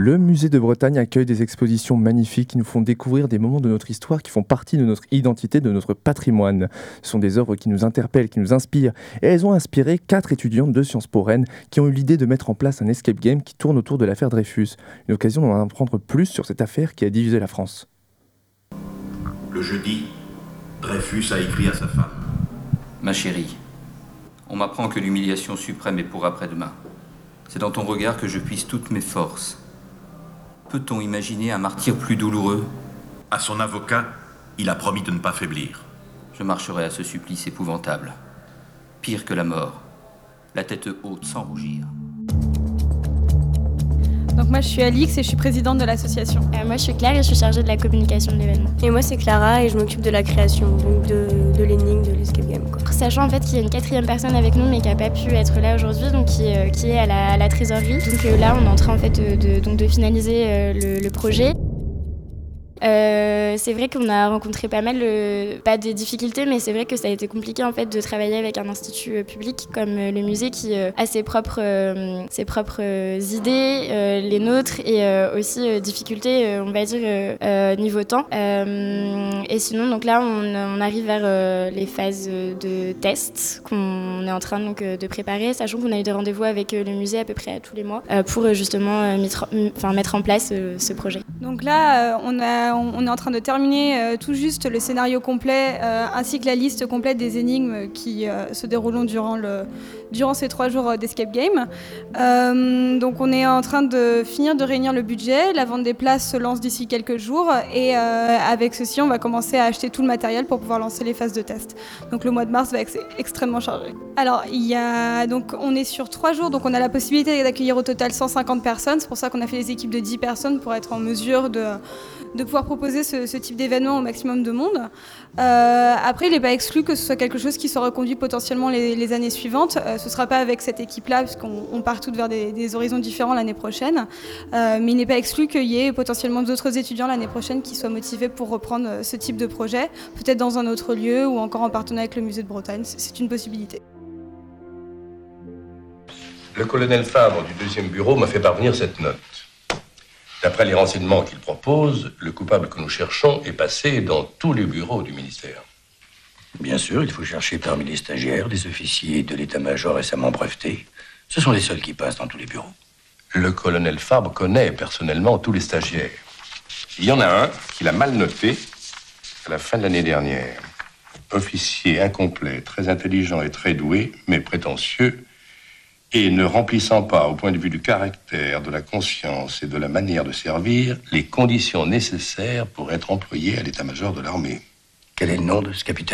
Le musée de Bretagne accueille des expositions magnifiques qui nous font découvrir des moments de notre histoire qui font partie de notre identité, de notre patrimoine. Ce sont des œuvres qui nous interpellent, qui nous inspirent. Et elles ont inspiré 4 étudiantes de Sciences Po Rennes qui ont eu l'idée de mettre en place un escape game qui tourne autour de l'affaire Dreyfus. Une occasion d'en apprendre plus sur cette affaire qui a divisé la France. Le jeudi, Dreyfus a écrit à sa femme. Ma chérie, on m'apprend que l'humiliation suprême est pour après-demain. C'est dans ton regard que je puise toutes mes forces. Peut-on imaginer un martyre plus douloureux ? À son avocat, il a promis de ne pas faiblir. Je marcherai à ce supplice épouvantable. Pire que la mort, la tête haute sans rougir. Donc moi je suis Alix et je suis présidente de l'association. Moi je suis Claire et je suis chargée de la communication de l'événement. Et moi c'est Clara et je m'occupe de la création, donc de l'énigme, de l'escape game, quoi. Sachant en fait qu'il y a une 4e personne avec nous mais qui n'a pas pu être là aujourd'hui, donc qui est à la trésorerie. Donc là on est en train en fait de finaliser le projet. C'est vrai qu'on a rencontré pas mal, pas des difficultés, mais c'est vrai que ça a été compliqué en fait de travailler avec un institut public comme le musée qui a ses propres idées, les nôtres, et aussi difficultés, on va dire, niveau temps. Et sinon, donc là, on arrive vers les phases de test qu'on est en train donc, de préparer, sachant qu'on a eu des rendez-vous avec le musée à peu près tous les mois pour justement mettre en place ce projet. Donc là, on est en train de terminer tout juste le scénario complet ainsi que la liste complète des énigmes qui se dérouleront durant ces 3 jours d'escape game. Donc on est en train de finir de réunir le budget. La vente des places se lance d'ici quelques jours et avec ceci, on va commencer à acheter tout le matériel pour pouvoir lancer les phases de test. Donc le mois de mars va être extrêmement chargé. Alors on est sur 3 jours, donc on a la possibilité d'accueillir au total 150 personnes. C'est pour ça qu'on a fait des équipes de 10 personnes pour être en mesure de pouvoir proposer ce type d'événement au maximum de monde. Après, il n'est pas exclu que ce soit quelque chose qui soit reconduit potentiellement les années suivantes. Ce ne sera pas avec cette équipe-là, puisqu'on part toutes vers des horizons différents l'année prochaine. Mais il n'est pas exclu qu'il y ait potentiellement d'autres étudiants l'année prochaine qui soient motivés pour reprendre ce type de projet, peut-être dans un autre lieu ou encore en partenariat avec le musée de Bretagne. C'est une possibilité. Le colonel Fabre du 2e bureau m'a fait parvenir cette note. D'après les renseignements qu'il propose, le coupable que nous cherchons est passé dans tous les bureaux du ministère. Bien sûr, il faut chercher parmi les stagiaires, des officiers de l'état-major récemment brevetés. Ce sont les seuls qui passent dans tous les bureaux. Le colonel Fabre connaît personnellement tous les stagiaires. Il y en a un qu'il a mal noté à la fin de l'année dernière. Officier incomplet, très intelligent et très doué, mais prétentieux, et ne remplissant pas, au point de vue du caractère, de la conscience et de la manière de servir, les conditions nécessaires pour être employé à l'état-major de l'armée. Quel est le nom de ce capitaine ?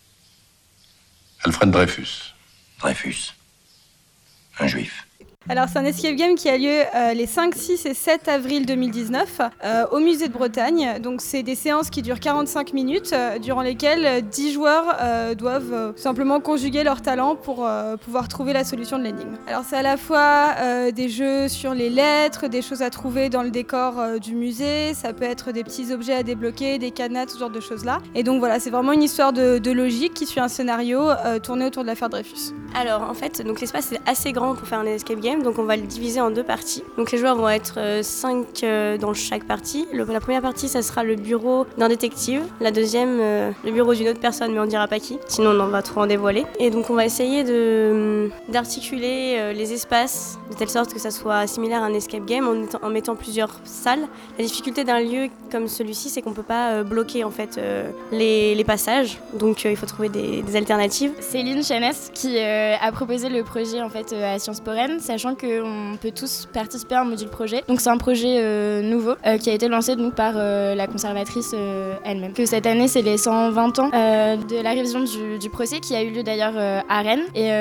Alfred Dreyfus. Dreyfus. Un juif. Alors c'est un escape game qui a lieu les 5, 6 et 7 avril 2019 au musée de Bretagne. Donc c'est des séances qui durent 45 minutes durant lesquelles 10 joueurs doivent simplement conjuguer leur talent pour pouvoir trouver la solution de l'énigme. Alors c'est à la fois des jeux sur les lettres, des choses à trouver dans le décor du musée, ça peut être des petits objets à débloquer, des cadenas, ce genre de choses-là. Et donc voilà, c'est vraiment une histoire de logique qui suit un scénario tourné autour de l'affaire Dreyfus. Alors en fait, donc l'espace est assez grand pour faire un escape game, donc on va le diviser en 2 parties. Donc les joueurs vont être 5 dans chaque partie. La première partie, ça sera le bureau d'un détective. La deuxième, le bureau d'une autre personne, mais on dira pas qui, sinon on va trop en dévoiler. Et donc on va essayer d'articuler les espaces de telle sorte que ça soit similaire à un escape game en mettant plusieurs salles. La difficulté d'un lieu comme celui-ci, c'est qu'on peut pas bloquer en fait les passages. Donc il faut trouver des alternatives. Céline Chanès qui a proposé le projet en fait à Sciences Po Rennes, sachant qu'on peut tous participer à un module projet. Donc c'est un projet nouveau qui a été lancé donc par la conservatrice elle-même. Que cette année c'est les 120 ans de la révision du procès qui a eu lieu d'ailleurs à Rennes.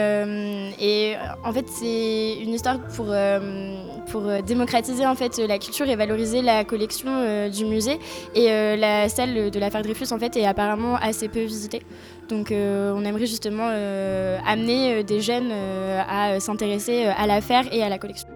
Et en fait c'est une histoire pour démocratiser en fait la culture et valoriser la collection du musée. Et la salle de l'affaire Dreyfus en fait est apparemment assez peu visitée. Donc on aimerait justement amener des jeunes à s'intéresser à l'affaire et à la collection.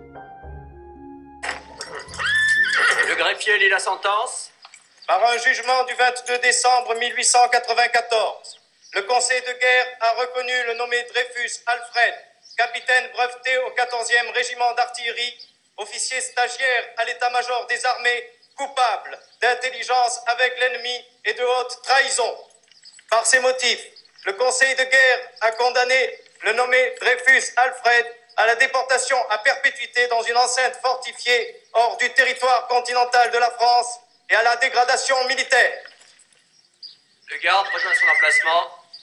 Le greffier lit la sentence. Par un jugement du 22 décembre 1894, le Conseil de guerre a reconnu le nommé Dreyfus Alfred, capitaine breveté au 14e régiment d'artillerie, officier stagiaire à l'état-major des armées, coupable d'intelligence avec l'ennemi et de haute trahison. Par ces motifs, le Conseil de guerre a condamné le nommé Dreyfus Alfred à la déportation à perpétuité dans une enceinte fortifiée hors du territoire continental de la France et à la dégradation militaire. Le garde rejoint son emplacement.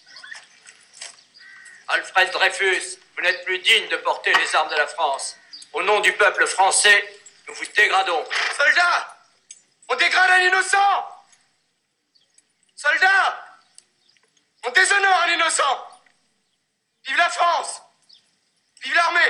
Alfred Dreyfus, vous n'êtes plus digne de porter les armes de la France. Au nom du peuple français, nous vous dégradons. Soldats, on dégrade un innocent. Soldats, on déshonore un innocent. Vive la France! Vive l'armée!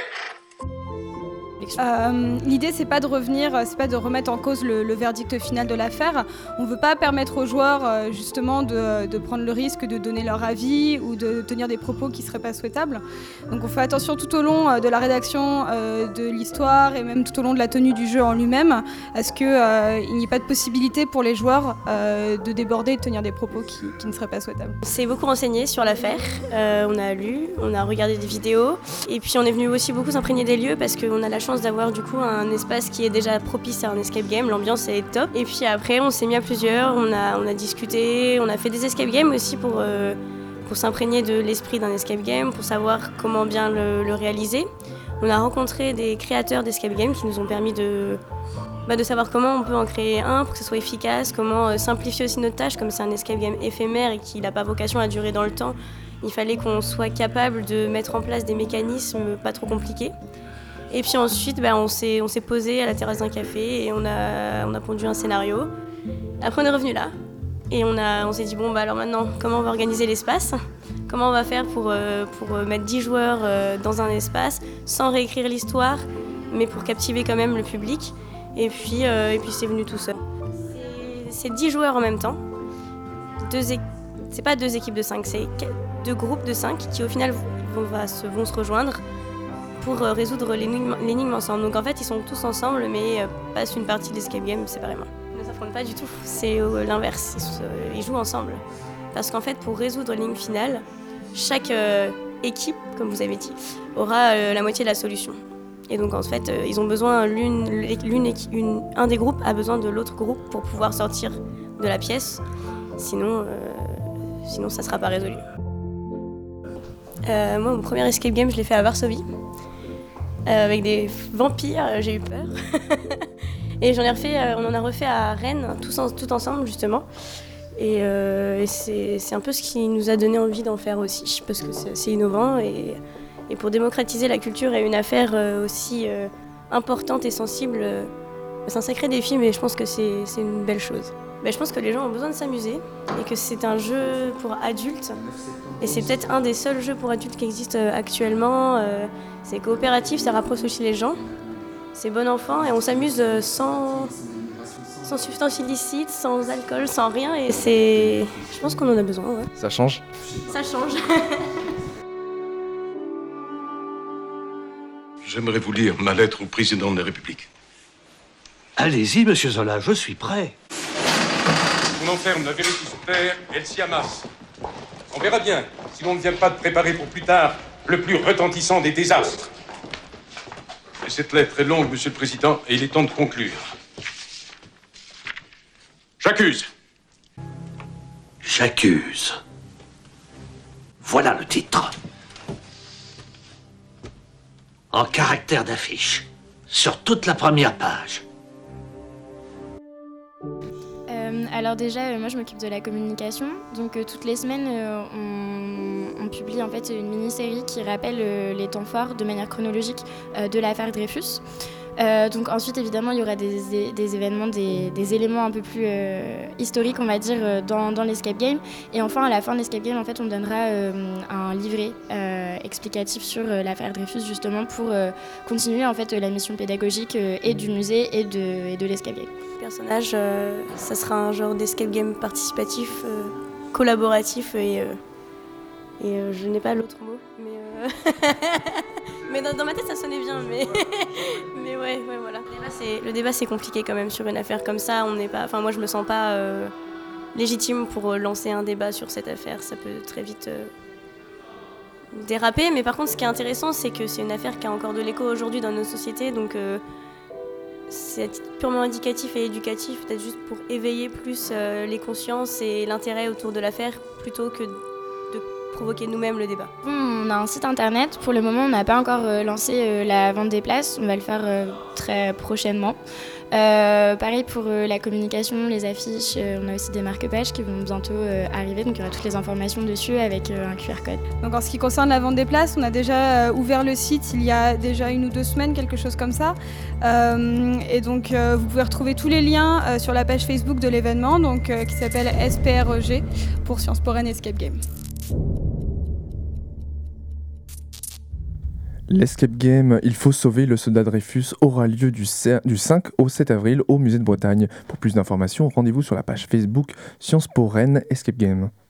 L'idée, c'est pas de revenir, c'est pas de remettre en cause le verdict final de l'affaire. On veut pas permettre aux joueurs justement de prendre le risque de donner leur avis ou de tenir des propos qui seraient pas souhaitables. Donc on fait attention tout au long de la rédaction de l'histoire et même tout au long de la tenue du jeu en lui-même à ce qu'il n'y ait pas de possibilité pour les joueurs de déborder et de tenir des propos qui ne seraient pas souhaitables. On s'est beaucoup renseigné sur l'affaire, on a lu, on a regardé des vidéos et puis on est venu aussi beaucoup s'imprégner des lieux parce qu'on a la chance d'avoir du coup un espace qui est déjà propice à un escape game, l'ambiance est top. Et puis après on s'est mis à plusieurs, on a discuté, on a fait des escape games aussi pour s'imprégner de l'esprit d'un escape game, pour savoir comment bien le réaliser. On a rencontré des créateurs d'escape games qui nous ont permis de savoir comment on peut en créer un pour que ce soit efficace, comment simplifier aussi notre tâche, comme c'est un escape game éphémère et qu'il n'a pas vocation à durer dans le temps. Il fallait qu'on soit capable de mettre en place des mécanismes pas trop compliqués. Et puis ensuite, on s'est posé à la terrasse d'un café et on a pondu un scénario. Après, on est revenu là et on s'est dit, alors maintenant, comment on va organiser l'espace ? Comment on va faire pour mettre 10 joueurs dans un espace sans réécrire l'histoire, mais pour captiver quand même le public. Et puis c'est venu tout seul. C'est 10 joueurs en même temps. C'est pas 2 équipes de 5, c'est 2 groupes de 5 qui au final vont se rejoindre pour résoudre l'énigme ensemble. Donc en fait, ils sont tous ensemble, mais passent une partie de l'escape game séparément. Ils ne s'affrontent pas du tout, c'est l'inverse. Ils jouent ensemble. Parce qu'en fait, pour résoudre l'énigme finale, chaque équipe, comme vous avez dit, aura la moitié de la solution. Et donc en fait, ils ont besoin, un des groupes a besoin de l'autre groupe pour pouvoir sortir de la pièce. Sinon ça ne sera pas résolu. Moi, mon premier escape game, je l'ai fait à Varsovie. Avec des vampires, j'ai eu peur. Et on en a refait à Rennes, tout ensemble justement. Et c'est un peu ce qui nous a donné envie d'en faire aussi, parce que c'est innovant et pour démocratiser la culture et une affaire aussi importante et sensible, c'est un sacré défi, mais je pense que c'est une belle chose. Je pense que les gens ont besoin de s'amuser et que c'est un jeu pour adultes. Et c'est peut-être un des seuls jeux pour adultes qui existent actuellement. C'est coopératif, ça rapproche aussi les gens. C'est bon enfant et on s'amuse sans substance illicite, sans alcool, sans rien. Et je pense qu'on en a besoin. Ouais. Ça change ? Ça change. J'aimerais vous lire ma lettre au président de la République. Allez-y, monsieur Zola, je suis prêt. On enferme la vérité sous terre, elle s'y amasse. On verra bien si l'on ne vient pas de préparer pour plus tard le plus retentissant des désastres. Et cette lettre est longue, monsieur le président, et il est temps de conclure. J'accuse. J'accuse. Voilà le titre. En caractère d'affiche, sur toute la première page. Alors déjà, moi je m'occupe de la communication, donc toutes les semaines on publie en fait une mini-série qui rappelle les temps forts de manière chronologique de l'affaire Dreyfus. Donc ensuite évidemment il y aura des événements, des éléments un peu plus historiques on va dire dans l'escape game, et enfin à la fin de l'escape game en fait on donnera un livret explicatif sur l'affaire Dreyfus justement pour continuer en fait la mission pédagogique et du musée et de l'escape game. Le personnage, ça sera un genre d'escape game participatif, collaboratif et je n'ai pas l'autre mot, mais dans ma tête ça sonnait bien, mais ouais voilà. Le débat c'est compliqué quand même sur une affaire comme ça. Moi je me sens pas légitime pour lancer un débat sur cette affaire. Ça peut très vite déraper, mais par contre ce qui est intéressant c'est que c'est une affaire qui a encore de l'écho aujourd'hui dans nos sociétés, donc c'est à titre purement indicatif et éducatif, peut-être juste pour éveiller plus les consciences et l'intérêt autour de l'affaire, plutôt que de provoquer nous-mêmes le débat. On a un site internet. Pour le moment, on n'a pas encore lancé la vente des places. On va le faire très prochainement. Pareil pour la communication, les affiches. On a aussi des marque-pages qui vont bientôt arriver. Donc il y aura toutes les informations dessus avec un QR code. Donc en ce qui concerne la vente des places, on a déjà ouvert le site il y a déjà 1 ou 2 semaines, quelque chose comme ça. Et donc vous pouvez retrouver tous les liens sur la page Facebook de l'événement, donc qui s'appelle SPREG pour Sciences Po Rennes Escape Game. L'Escape Game Il faut sauver le soldat Dreyfus aura lieu du 5 au 7 avril au Musée de Bretagne. Pour plus d'informations, rendez-vous sur la page Facebook Sciences Po Rennes Escape Game.